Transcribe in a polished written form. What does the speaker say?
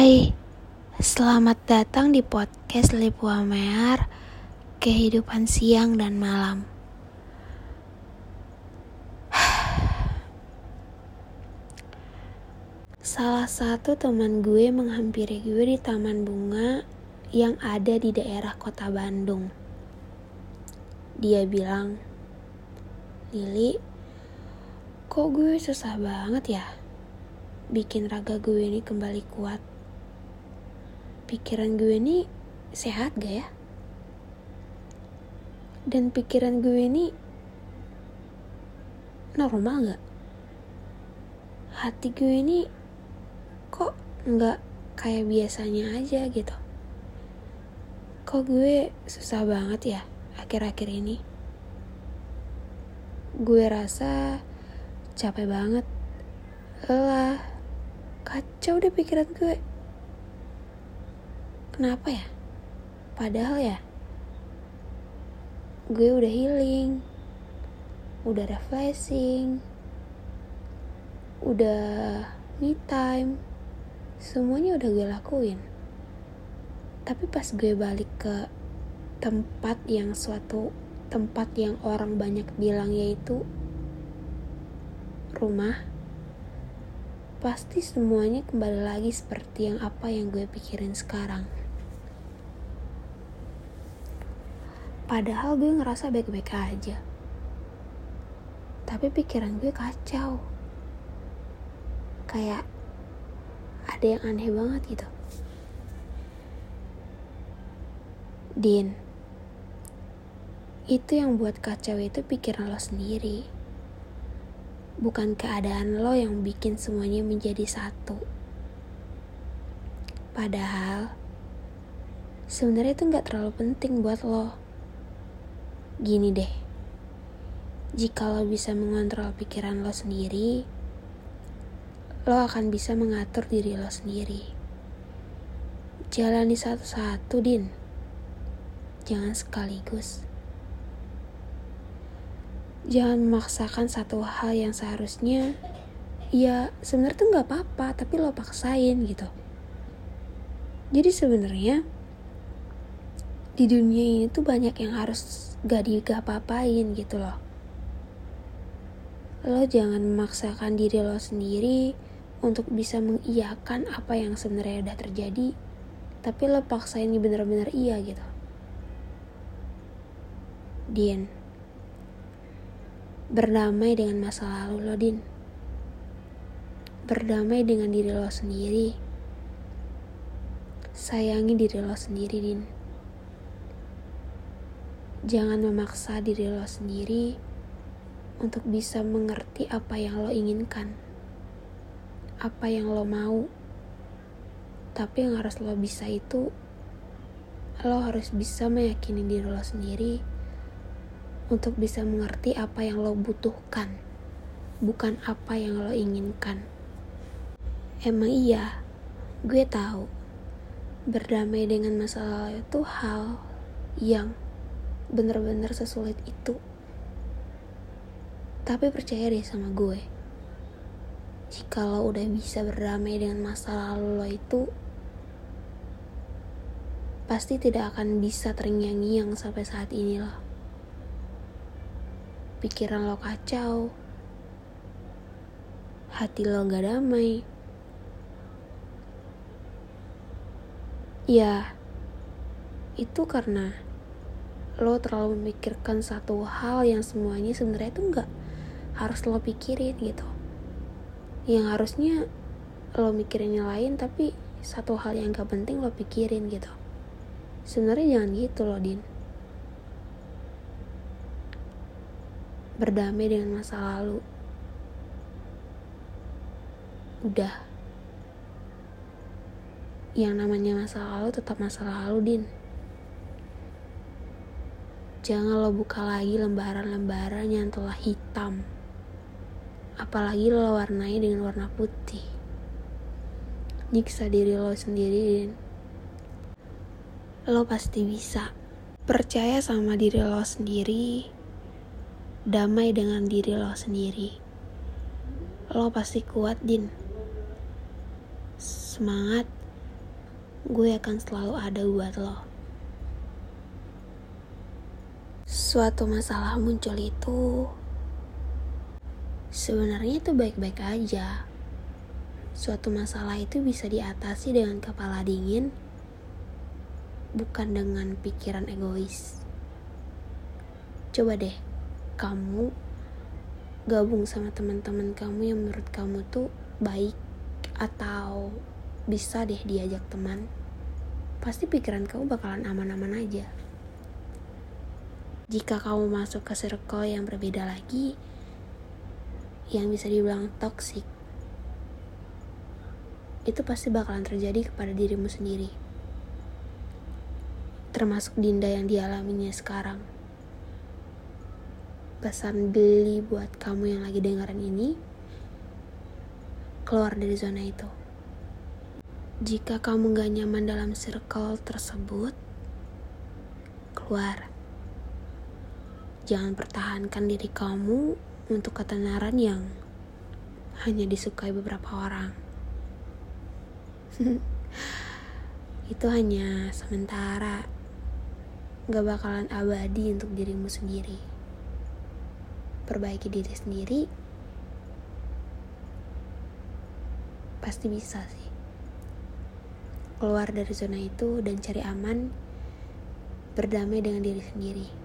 Hai, selamat datang di podcast Lipu Amear, kehidupan siang dan malam. Salah satu teman gue menghampiri gue di taman bunga yang ada di daerah kota Bandung. Dia bilang, "Lili, kok gue susah banget ya bikin raga gue ini kembali kuat. Pikiran gue ini sehat gak ya? Dan pikiran gue ini normal gak? Hati gue ini kok gak kayak biasanya aja gitu. Kok gue susah banget ya akhir-akhir ini? Gue rasa capek banget, lelah, kacau deh pikiran gue. Kenapa ya? Padahal ya, gue udah healing, udah refreshing, udah me time, semuanya udah gue lakuin. Tapi pas gue balik ke suatu tempat yang orang banyak bilang yaitu rumah, pasti semuanya kembali lagi seperti apa yang gue pikirin sekarang. Padahal gue ngerasa baik-baik aja, tapi pikiran gue kacau. Kayak ada yang aneh banget gitu. Din, itu yang buat kacau itu pikiran lo sendiri. Bukan keadaan lo yang bikin semuanya menjadi satu. Padahal sebenarnya itu gak terlalu penting buat lo. Gini deh, jika lo bisa mengontrol pikiran lo sendiri, lo akan bisa mengatur diri lo sendiri. Jalani satu-satu, Din. Jangan sekaligus. Jangan memaksakan satu hal yang seharusnya ya sebenarnya tuh gak apa-apa, tapi lo paksain gitu. Jadi sebenarnya di dunia ini tuh banyak yang harus gak apa-apain gitu loh. Lo jangan memaksakan diri lo sendiri untuk bisa mengiyakan apa yang sebenarnya udah terjadi, tapi lo paksain bener-bener iya gitu. Din, berdamai dengan masa lalu lo, Din. Berdamai dengan diri lo sendiri. Sayangi diri lo sendiri, Din. Jangan memaksa diri lo sendiri untuk bisa mengerti apa yang lo inginkan, apa yang lo mau. Tapi yang harus lo bisa itu, lo harus bisa meyakini diri lo sendiri untuk bisa mengerti apa yang lo butuhkan, bukan apa yang lo inginkan. Emang iya, gue tahu berdamai dengan masa lalu itu hal yang bener-bener sesulit itu. Tapi percaya deh sama gue, jika lo udah bisa berdamai dengan masa lalu lo itu, pasti tidak akan bisa terngiang-ngiang sampai saat ini lo. Pikiran lo kacau, hati lo gak damai. Ya, itu karena lo terlalu memikirkan satu hal yang semuanya sebenarnya itu gak harus lo pikirin gitu. Yang harusnya lo mikirin yang lain, tapi satu hal yang gak penting lo pikirin gitu. Sebenarnya jangan gitu loh, Din. Berdamai dengan masa lalu. Udah. Yang namanya masa lalu tetap masa lalu, Din. Jangan lo buka lagi lembaran-lembaran yang telah hitam. Apalagi lo warnai dengan warna putih. Nyiksa diri lo sendiri, Din. Lo pasti bisa. Percaya sama diri lo sendiri. Damai dengan diri lo sendiri. Lo pasti kuat, Din. Semangat. gue akan selalu ada buat lo. Suatu masalah muncul itu sebenarnya itu baik-baik aja. Suatu masalah itu bisa diatasi dengan kepala dingin, bukan dengan pikiran egois. Coba deh kamu gabung sama teman-teman kamu yang menurut kamu tuh baik atau bisa deh diajak teman. Pasti pikiran kamu bakalan aman-aman aja. Jika kamu masuk ke circle yang berbeda lagi, yang bisa dibilang toksik, itu pasti bakalan terjadi kepada dirimu sendiri. Termasuk Dinda yang dialaminya sekarang. Pesan beli buat kamu yang lagi dengerin ini, keluar dari zona itu. Jika kamu gak nyaman dalam circle tersebut, keluar. Jangan pertahankan diri kamu untuk ketenaran yang hanya disukai beberapa orang. Itu hanya sementara, gak bakalan abadi untuk dirimu sendiri. Perbaiki diri sendiri, pasti bisa sih. Keluar dari zona itu dan cari aman, berdamai dengan diri sendiri.